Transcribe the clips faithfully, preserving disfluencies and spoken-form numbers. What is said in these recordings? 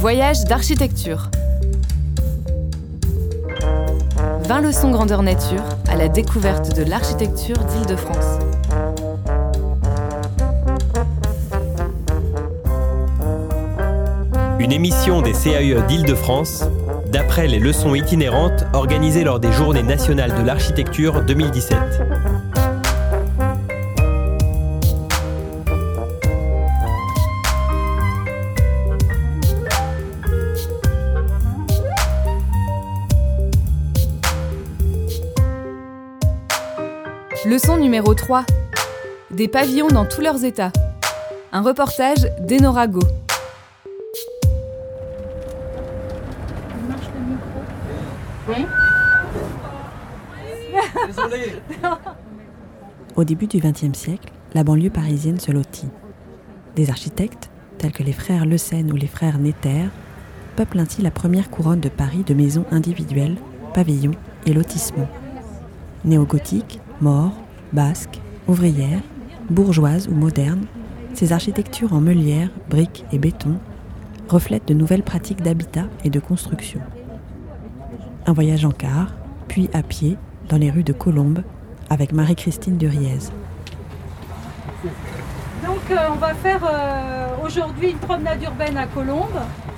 Voyage d'architecture. vingt leçons grandeur nature à la découverte de l'architecture d'Île-de-France. Une émission des C A U E d'Île-de-France, d'après les leçons itinérantes organisées lors des Journées nationales de l'architecture deux mille dix-sept. Leçon numéro trois. Des pavillons dans tous leurs états. Un reportage d'Enora Go. Oui. Désolé. Au début du vingtième siècle, la banlieue parisienne se lotit. Des architectes, tels que les frères Le Seine ou les frères Netter, peuplent ainsi la première couronne de Paris de maisons individuelles, pavillons et lotissements. Néo-gothiques, maures, basques, ouvrières, bourgeoises ou modernes, ces architectures en meulière, briques et béton reflètent de nouvelles pratiques d'habitat et de construction. Un voyage en car, puis à pied, dans les rues de Colombes, avec Marie-Christine Duriez. Donc euh, on va faire euh, aujourd'hui une promenade urbaine à Colombes.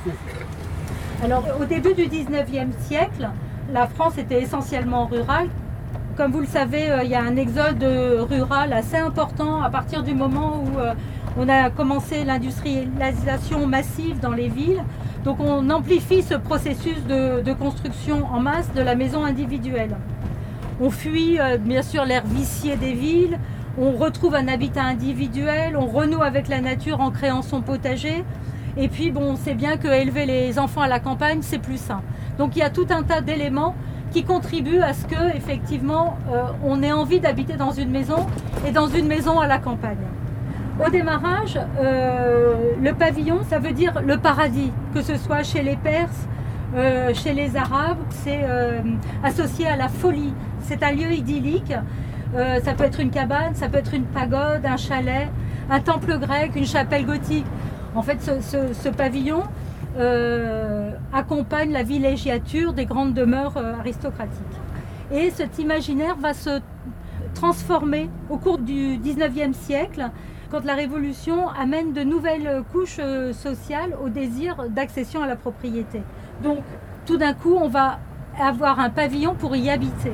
Alors au début du dix-neuvième siècle, la France était essentiellement rurale. Comme vous le savez, euh, il y a un exode rural assez important à partir du moment où euh, on a commencé l'industrialisation massive dans les villes. Donc on amplifie ce processus de, de construction en masse de la maison individuelle. On fuit euh, bien sûr l'air vicié des villes, on retrouve un habitat individuel, on renoue avec la nature en créant son potager. Et puis bon, on sait bien que élever les enfants à la campagne, c'est plus sain. Donc il y a tout un tas d'éléments qui contribuent à ce que effectivement euh, on ait envie d'habiter dans une maison et dans une maison à la campagne. Au démarrage, euh, le pavillon, ça veut dire le paradis, que ce soit chez les Perses, euh, chez les Arabes, c'est euh, associé à la folie. C'est un lieu idyllique. Euh, ça peut être une cabane, ça peut être une pagode, un chalet, un temple grec, une chapelle gothique. En fait, ce, ce, ce pavillon euh, accompagne la villégiature des grandes demeures euh, aristocratiques. Et cet imaginaire va se transformer au cours du dix-neuvième siècle, quand la Révolution amène de nouvelles couches sociales au désir d'accession à la propriété. Donc, tout d'un coup, on va avoir un pavillon pour y habiter.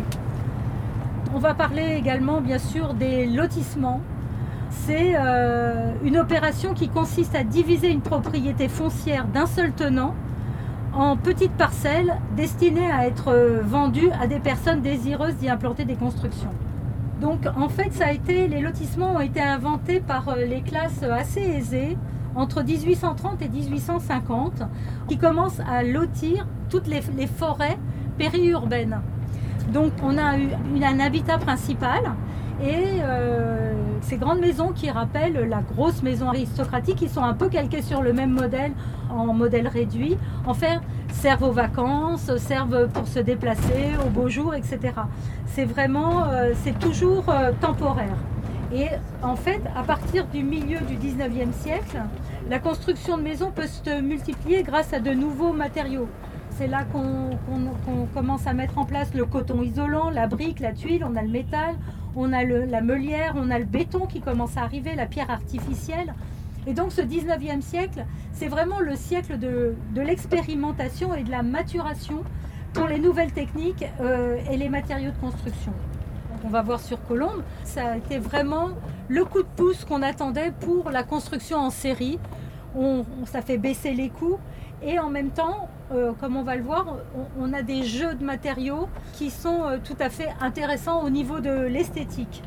On va parler également, bien sûr, des lotissements. C'est euh, une opération qui consiste à diviser une propriété foncière d'un seul tenant en petites parcelles destinées à être vendues à des personnes désireuses d'y implanter des constructions. Donc en fait, ça a été, les lotissements ont été inventés par les classes assez aisées entre dix-huit cent trente et dix-huit cent cinquante qui commencent à lotir toutes les, les forêts périurbaines. Donc on a eu une, un habitat principal et euh, ces grandes maisons qui rappellent la grosse maison aristocratique, qui sont un peu calquées sur le même modèle, en modèle réduit, en fait servent aux vacances, servent pour se déplacer, aux beaux jours, et cetera. C'est vraiment, euh, c'est toujours euh, temporaire. Et en fait, à partir du milieu du dix-neuvième siècle, la construction de maisons peut se multiplier grâce à de nouveaux matériaux. C'est là qu'on, qu'on, qu'on commence à mettre en place le coton isolant, la brique, la tuile, on a le métal, on a le, la meulière, on a le béton qui commence à arriver, la pierre artificielle. Et donc ce dix-neuvième siècle, c'est vraiment le siècle de, de l'expérimentation et de la maturation pour les nouvelles techniques euh, et les matériaux de construction. Donc on va voir sur Colombes, ça a été vraiment le coup de pouce qu'on attendait pour la construction en série. On, on, ça fait baisser les coûts et en même temps, euh, comme on va le voir, on, on a des jeux de matériaux qui sont euh, tout à fait intéressants au niveau de l'esthétique.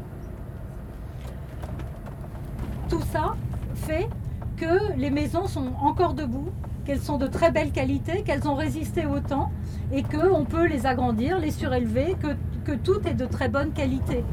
Tout ça fait que les maisons sont encore debout, qu'elles sont de très belle qualité, qu'elles ont résisté au temps et qu'on peut les agrandir, les surélever, que, que tout est de très bonne qualité.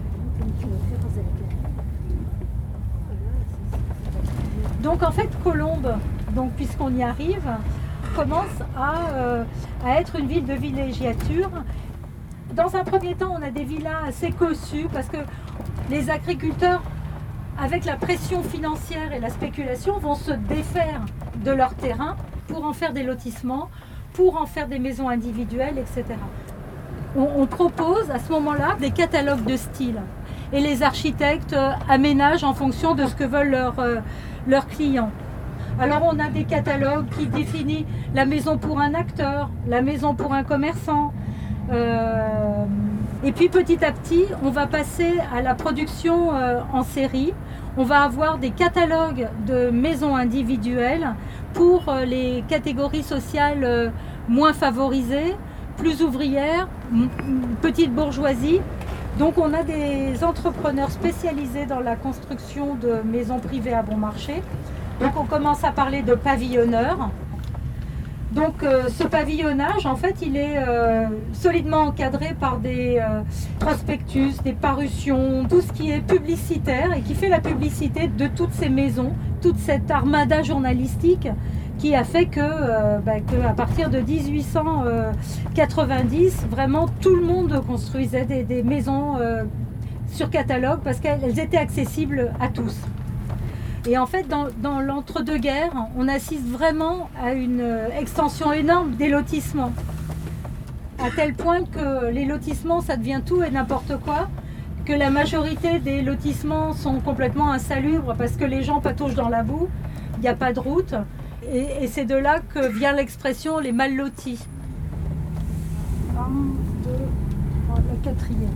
Donc en fait, Colombes, donc, puisqu'on y arrive, commence à, euh, à être une ville de villégiature. Dans un premier temps, on a des villas assez cossues parce que les agriculteurs, avec la pression financière et la spéculation, vont se défaire de leur terrain pour en faire des lotissements, pour en faire des maisons individuelles, et cetera. On, on propose à ce moment-là des catalogues de style et les architectes euh, aménagent en fonction de ce que veulent leurs, euh, leurs clients. Alors on a des catalogues qui définissent la maison pour un acteur, la maison pour un commerçant. Euh, et puis petit à petit, on va passer à la production euh, en série. On va avoir des catalogues de maisons individuelles pour euh, les catégories sociales euh, moins favorisées, plus ouvrières, m- petite bourgeoisie. Donc on a des entrepreneurs spécialisés dans la construction de maisons privées à bon marché. Donc on commence à parler de pavillonneurs. Donc euh, ce pavillonnage, en fait, il est euh, solidement encadré par des euh, prospectus, des parutions, tout ce qui est publicitaire et qui fait la publicité de toutes ces maisons, toute cette armada journalistique qui a fait que, euh, bah, que à partir de dix-huit cent quatre-vingt-dix, vraiment tout le monde construisait des, des maisons euh, sur catalogue parce qu'elles étaient accessibles à tous. Et en fait, dans, dans l'entre-deux-guerres, on assiste vraiment à une extension énorme des lotissements. À tel point que les lotissements, ça devient tout et n'importe quoi, que la majorité des lotissements sont complètement insalubres parce que les gens patauchent dans la boue, il n'y a pas de route. Et, et c'est de là que vient l'expression les mal lotis. Un, deux, trois, la quatrième.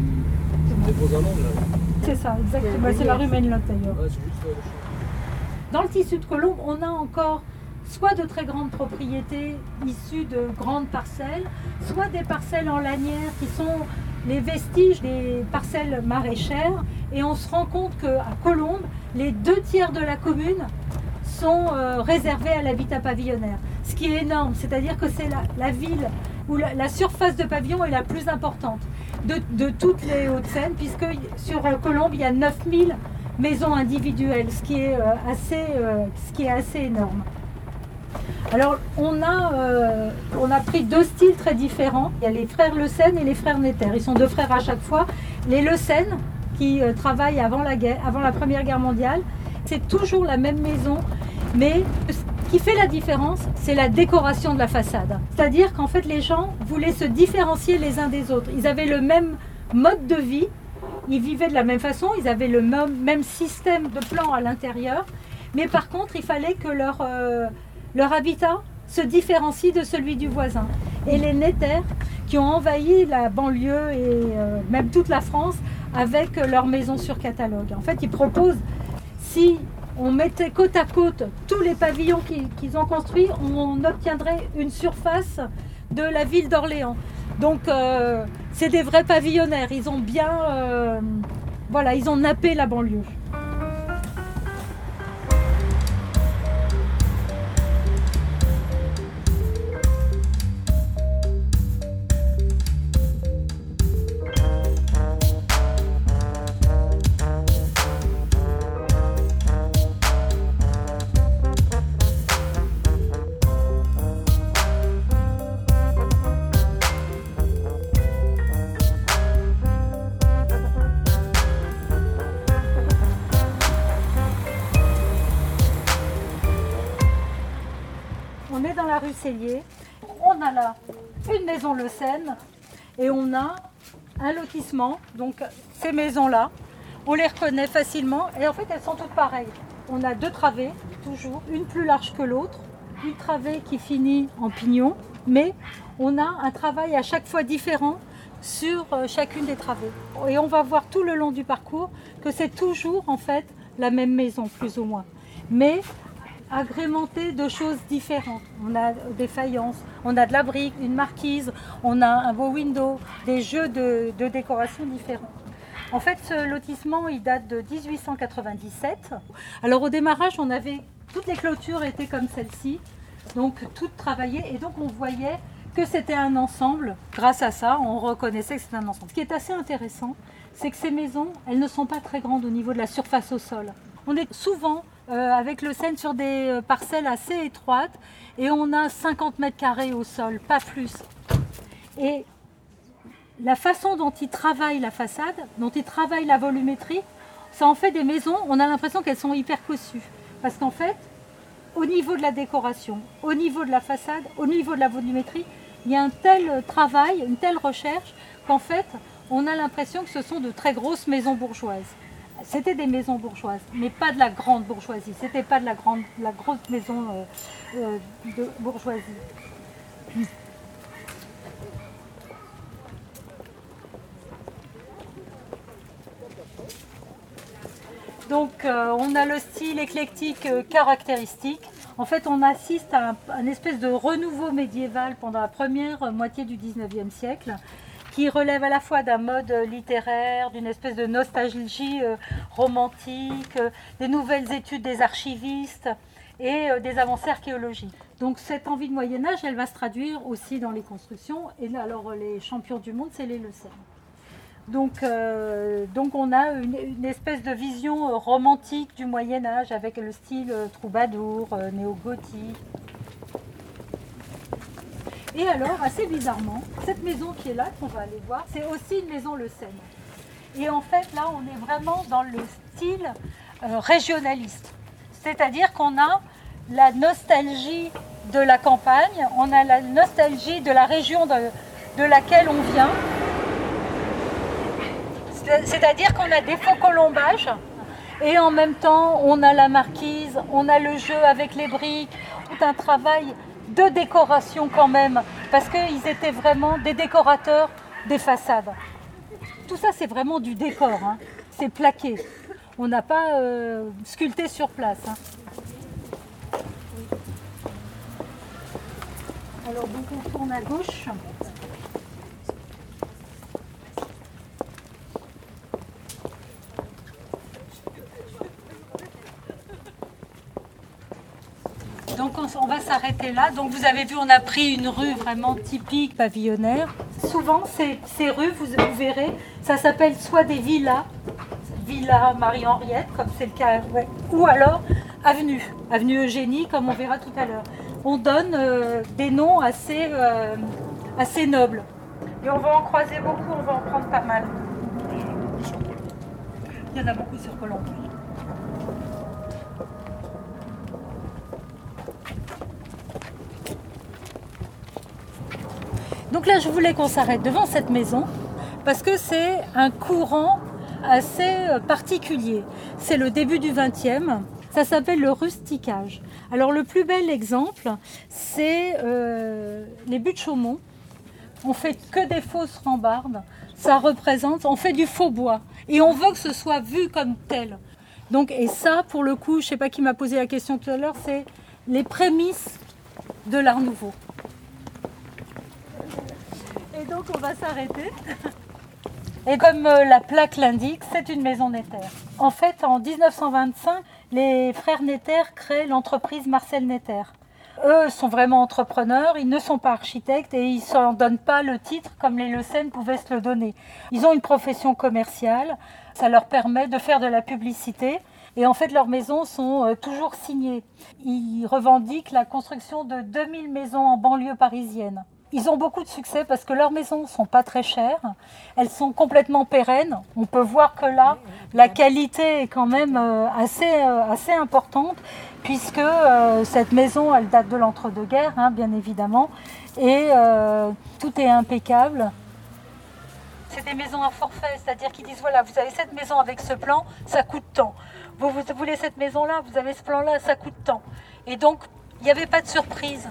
C'est ça, exactement. C'est la rue Menlot d'ailleurs. Dans le tissu de Colombes, on a encore soit de très grandes propriétés issues de grandes parcelles, soit des parcelles en lanière qui sont les vestiges des parcelles maraîchères. Et on se rend compte qu'à Colombes, les deux tiers de la commune sont euh, réservés à l'habitat pavillonnaire. Ce qui est énorme, c'est-à-dire que c'est la, la ville où la, la surface de pavillon est la plus importante de, de toutes les Hauts-de-Seine, puisque sur euh, Colombes, il y a neuf mille maisons individuelles, ce qui est, euh, assez, euh, ce qui est assez énorme. Alors, on a, euh, on a pris deux styles très différents. Il y a les frères Le Seine et les frères Netter. Ils sont deux frères à chaque fois. Les Le Seine, qui euh, travaillent avant la, guerre, avant la Première Guerre mondiale, c'est toujours la même maison, mais ce qui fait la différence, c'est la décoration de la façade. C'est-à-dire qu'en fait, les gens voulaient se différencier les uns des autres. Ils avaient le même mode de vie, ils vivaient de la même façon, ils avaient le même, même système de plan à l'intérieur, mais par contre, il fallait que leur, euh, leur habitat se différencie de celui du voisin. Et les Netter, qui ont envahi la banlieue et euh, même toute la France avec leurs maisons sur catalogue. En fait, ils proposent, si on mettait côte à côte tous les pavillons qu'ils, qu'ils ont construits, on obtiendrait une surface de la ville d'Orléans. Donc euh, c'est des vrais pavillonnaires, ils ont bien, euh, voilà, ils ont nappé la banlieue. On est dans la rue Cellier, on a là une maison Le Seine et on a un lotissement, donc ces maisons-là, on les reconnaît facilement et en fait elles sont toutes pareilles. On a deux travées, toujours, une plus large que l'autre, une travée qui finit en pignon, mais on a un travail à chaque fois différent sur chacune des travées. Et on va voir tout le long du parcours que c'est toujours en fait la même maison, plus ou moins. Mais agrémenté de choses différentes. On a des faïences, on a de la brique, une marquise, on a un beau window, des jeux de, de décoration différents. En fait, ce lotissement, il date de dix-huit cent quatre-vingt-dix-sept. Alors au démarrage, on avait, toutes les clôtures étaient comme celle-ci, donc toutes travaillées, et donc on voyait que c'était un ensemble. Grâce à ça, on reconnaissait que c'était un ensemble. Ce qui est assez intéressant, c'est que ces maisons, elles ne sont pas très grandes au niveau de la surface au sol. On est souvent Euh, avec le Seine sur des euh, parcelles assez étroites et on a cinquante mètres carrés au sol, pas plus. Et la façon dont ils travaillent la façade, dont ils travaillent la volumétrie, ça en fait des maisons, on a l'impression qu'elles sont hyper cossues. Parce qu'en fait, au niveau de la décoration, au niveau de la façade, au niveau de la volumétrie, il y a un tel travail, une telle recherche qu'en fait, on a l'impression que ce sont de très grosses maisons bourgeoises. C'était des maisons bourgeoises, mais pas de la grande bourgeoisie. C'était pas de la grande, la grosse maison euh, euh, de bourgeoisie. Donc euh, on a le style éclectique euh, caractéristique. En fait, on assiste à un, un espèce de renouveau médiéval pendant la première moitié du dix-neuvième siècle, qui relève à la fois d'un mode littéraire, d'une espèce de nostalgie euh, romantique, euh, des nouvelles études des archivistes et euh, des avancées archéologiques. Donc cette envie de Moyen-Âge, elle va se traduire aussi dans les constructions. Et là, alors les champions du monde, c'est les Leucènes. Donc, euh, donc on a une, une espèce de vision euh, romantique du Moyen-Âge avec le style euh, troubadour, euh, néo-gothique. Et alors, assez bizarrement, cette maison qui est là, qu'on va aller voir, c'est aussi une maison Leucène. Et en fait, là, on est vraiment dans le style euh, régionaliste. C'est-à-dire qu'on a la nostalgie de la campagne, on a la nostalgie de la région de, de laquelle on vient. C'est-à-dire qu'on a des faux colombages et en même temps on a la marquise, on a le jeu avec les briques, tout un travail de décoration quand même, parce qu'ils étaient vraiment des décorateurs des façades. Tout ça c'est vraiment du décor, hein. C'est plaqué. On n'a pas euh, sculpté sur place. Hein. Alors donc on tourne à gauche. Donc on va s'arrêter là. Donc vous avez vu, on a pris une rue vraiment typique pavillonnaire. Souvent ces, ces rues, vous, vous verrez, ça s'appelle soit des villas, Villa Marie-Henriette, comme c'est le cas, ouais, ou alors avenue, avenue Eugénie, comme on verra tout à l'heure. On donne euh, des noms assez, euh, assez nobles. Et on va en croiser beaucoup, on va en prendre pas mal. Il y en a beaucoup sur Colombes. Donc là, je voulais qu'on s'arrête devant cette maison parce que c'est un courant assez particulier. C'est le début du vingtième. Ça s'appelle le rusticage. Alors le plus bel exemple, c'est euh, les buttes Chaumont. On fait que des fausses rambardes. Ça représente, on fait du faux bois et on veut que ce soit vu comme tel. Donc et ça, pour le coup, je ne sais pas qui m'a posé la question tout à l'heure, c'est les prémices de l'Art Nouveau. Et donc on va s'arrêter. Et comme euh, la plaque l'indique, c'est une maison Netter. En fait, en dix-neuf cent vingt-cinq, les frères Netter créent l'entreprise Marcel Netter. Eux sont vraiment entrepreneurs, ils ne sont pas architectes et ils ne s'en donnent pas le titre comme les Leucènes pouvaient se le donner. Ils ont une profession commerciale, ça leur permet de faire de la publicité. Et en fait, leurs maisons sont euh, toujours signées. Ils revendiquent la construction de deux mille maisons en banlieue parisienne. Ils ont beaucoup de succès parce que leurs maisons ne sont pas très chères, elles sont complètement pérennes. On peut voir que là, la qualité est quand même euh, assez, euh, assez importante puisque euh, cette maison, elle date de l'entre-deux-guerres, hein, bien évidemment, et euh, tout est impeccable. C'est des maisons à forfait, c'est-à-dire qu'ils disent, voilà, vous avez cette maison avec ce plan, ça coûte tant. Vous, vous voulez cette maison-là, vous avez ce plan-là, ça coûte tant. Et donc, il n'y avait pas de surprise.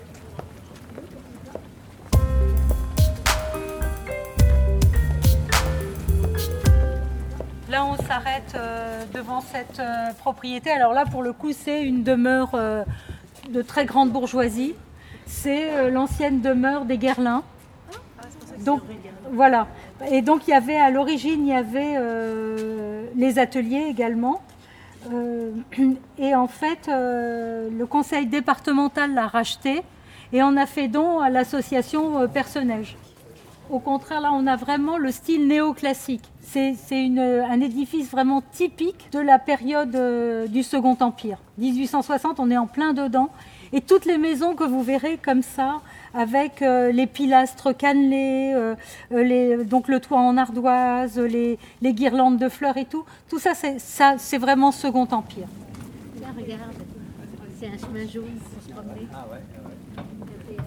Là, on s'arrête euh, devant cette euh, propriété. Alors là, pour le coup, c'est une demeure euh, de très grande bourgeoisie. C'est euh, l'ancienne demeure des Guerlain. Donc, voilà. Et donc, il y avait, à l'origine, il y avait euh, les ateliers également. Euh, et en fait, euh, le conseil départemental l'a racheté et on a fait don à l'association euh, Perce-Neige. Au contraire, là, on a vraiment le style néoclassique. C'est, c'est une, un édifice vraiment typique de la période euh, du Second Empire. dix-huit cent soixante, on est en plein dedans. Et toutes les maisons que vous verrez comme ça, avec euh, les pilastres cannelés, euh, les, donc le toit en ardoise, les, les guirlandes de fleurs et tout, tout ça, c'est, ça, c'est vraiment Second Empire. Là, regarde. C'est un chemin jaune pour se promener. Ah ouais, ouais.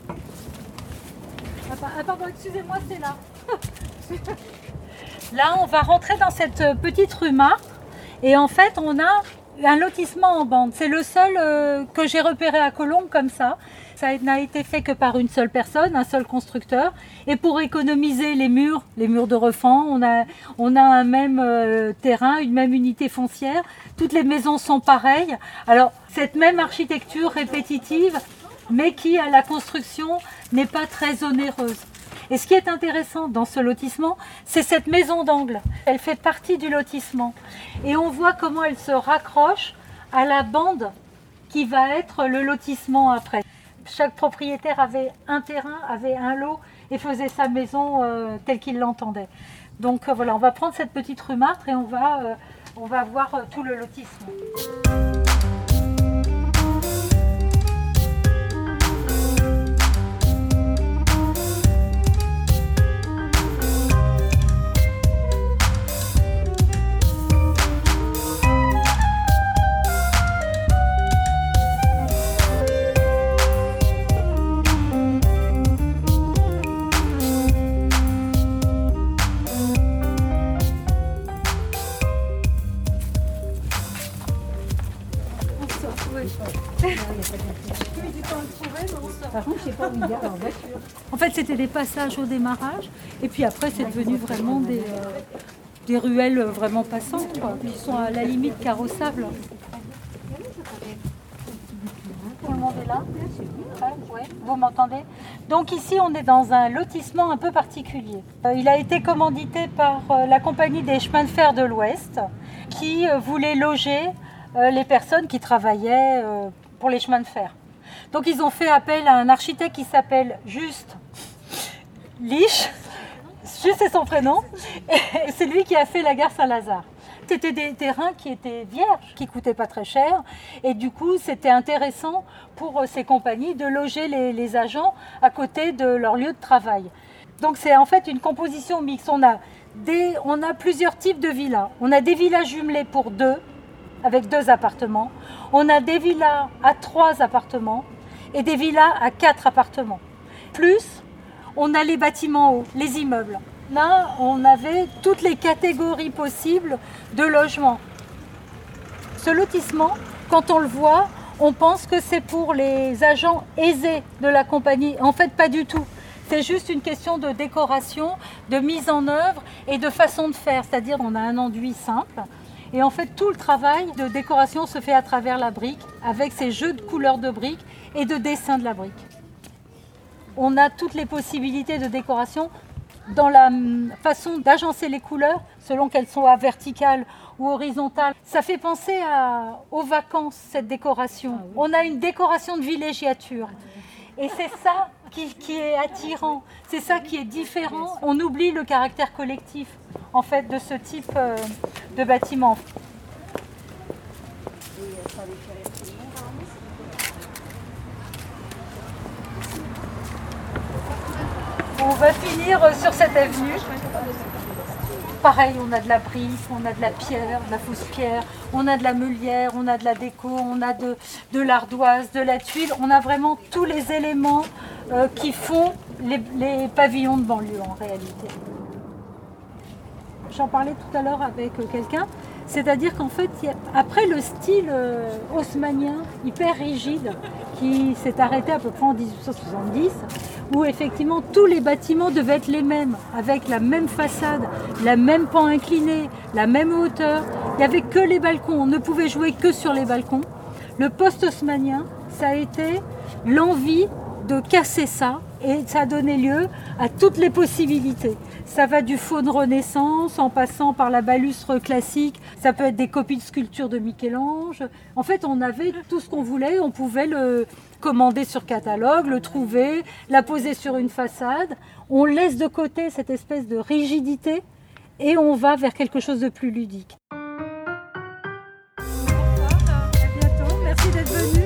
Ah pardon, excusez-moi, c'est là. Là, on va rentrer dans cette petite rue Martre et en fait, on a un lotissement en bande. C'est le seul euh, que j'ai repéré à Colombes comme ça. Ça n'a été fait que par une seule personne, un seul constructeur. Et pour économiser les murs, les murs de refend, on a, on a un même euh, terrain, une même unité foncière. Toutes les maisons sont pareilles. Alors, cette même architecture répétitive, mais qui, à la construction, n'est pas très onéreuse. Et ce qui est intéressant dans ce lotissement, c'est cette maison d'angle. Elle fait partie du lotissement. Et on voit comment elle se raccroche à la bande qui va être le lotissement après. Chaque propriétaire avait un terrain, avait un lot et faisait sa maison euh, telle qu'il l'entendait. Donc euh, voilà, on va prendre cette petite rue Martre et on va, euh, on va voir euh, tout le lotissement. En fait, c'était des passages au démarrage, et puis après, c'est devenu vraiment des, euh, des ruelles vraiment passantes, quoi, qui sont à la limite carrossables. Tout le monde est là ? Oui, vous m'entendez ? Donc ici, on est dans un lotissement un peu particulier. Euh, il a été commandité par euh, la compagnie des chemins de fer de l'Ouest, qui euh, voulait loger euh, les personnes qui travaillaient euh, pour les chemins de fer. Donc ils ont fait appel à un architecte qui s'appelle Juste Lich, Juste c'est son prénom, et c'est lui qui a fait la gare Saint-Lazare. C'était des terrains qui étaient vierges, qui ne coûtaient pas très cher, et du coup c'était intéressant pour ces compagnies de loger les, les agents à côté de leur lieu de travail. Donc c'est en fait une composition mixte. On a, des, on a plusieurs types de villas. On a des villas jumelées pour deux, avec deux appartements. On a des villas à trois appartements et des villas à quatre appartements. Plus, on a les bâtiments hauts, les immeubles. Là, on avait toutes les catégories possibles de logements. Ce lotissement, quand on le voit, on pense que c'est pour les agents aisés de la compagnie. En fait, pas du tout. C'est juste une question de décoration, de mise en œuvre et de façon de faire. C'est-à-dire qu'on a un enduit simple. Et en fait, tout le travail de décoration se fait à travers la brique, avec ces jeux de couleurs de briques et de dessin de la brique. On a toutes les possibilités de décoration dans la façon d'agencer les couleurs, selon qu'elles sont à verticales ou horizontales. Ça fait penser à, aux vacances, cette décoration. On a une décoration de villégiature. Et c'est ça qui, qui est attirant, c'est ça qui est différent. On oublie le caractère collectif, en fait, de ce type euh, de bâtiment. On va finir sur cette avenue. Pareil, on a de la brique, on a de la pierre, de la fausse pierre, on a de la meulière, on a de la déco, on a de, de l'ardoise, de la tuile. On a vraiment tous les éléments euh, qui font les, les pavillons de banlieue en réalité. J'en parlais tout à l'heure avec quelqu'un, c'est-à-dire qu'en fait, y a, après le style euh, haussmannien hyper rigide qui s'est arrêté à peu près en dix-huit cent soixante-dix, où effectivement tous les bâtiments devaient être les mêmes, avec la même façade, la même pan incliné, la même hauteur. Il n'y avait que les balcons, on ne pouvait jouer que sur les balcons. Le post-haussmannien, ça a été l'envie de casser ça, et ça a donné lieu à toutes les possibilités. Ça va du faune Renaissance, en passant par la balustre classique, ça peut être des copies de sculptures de Michel-Ange. En fait, on avait tout ce qu'on voulait, on pouvait le commander sur catalogue, le trouver, la poser sur une façade. On laisse de côté cette espèce de rigidité et on va vers quelque chose de plus ludique. Au revoir, à bientôt, merci d'être venu.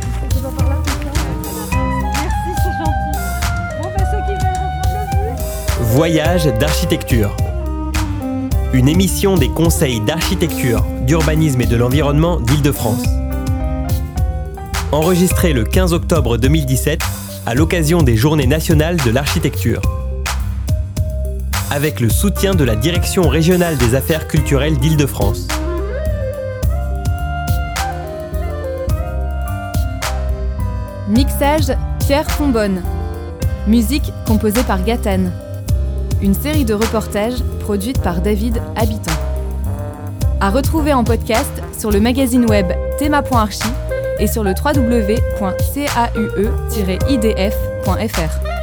Merci, c'est gentil. Bon, ben, ceux qui veulent reprendre le bus. Voyage d'architecture. Une émission des conseils d'architecture, d'urbanisme et de l'environnement d'Île-de-France. enregistré le quinze octobre deux mille dix-sept à l'occasion des Journées nationales de l'architecture. Avec le soutien de la Direction régionale des affaires culturelles d'Île-de-France. Mixage Pierre Fonbonne. Musique composée par Gatane. Une série de reportages produite par David Habitant. À retrouver en podcast sur le magazine web thema point archi et sur le w w w point caue tiret i d f point f r.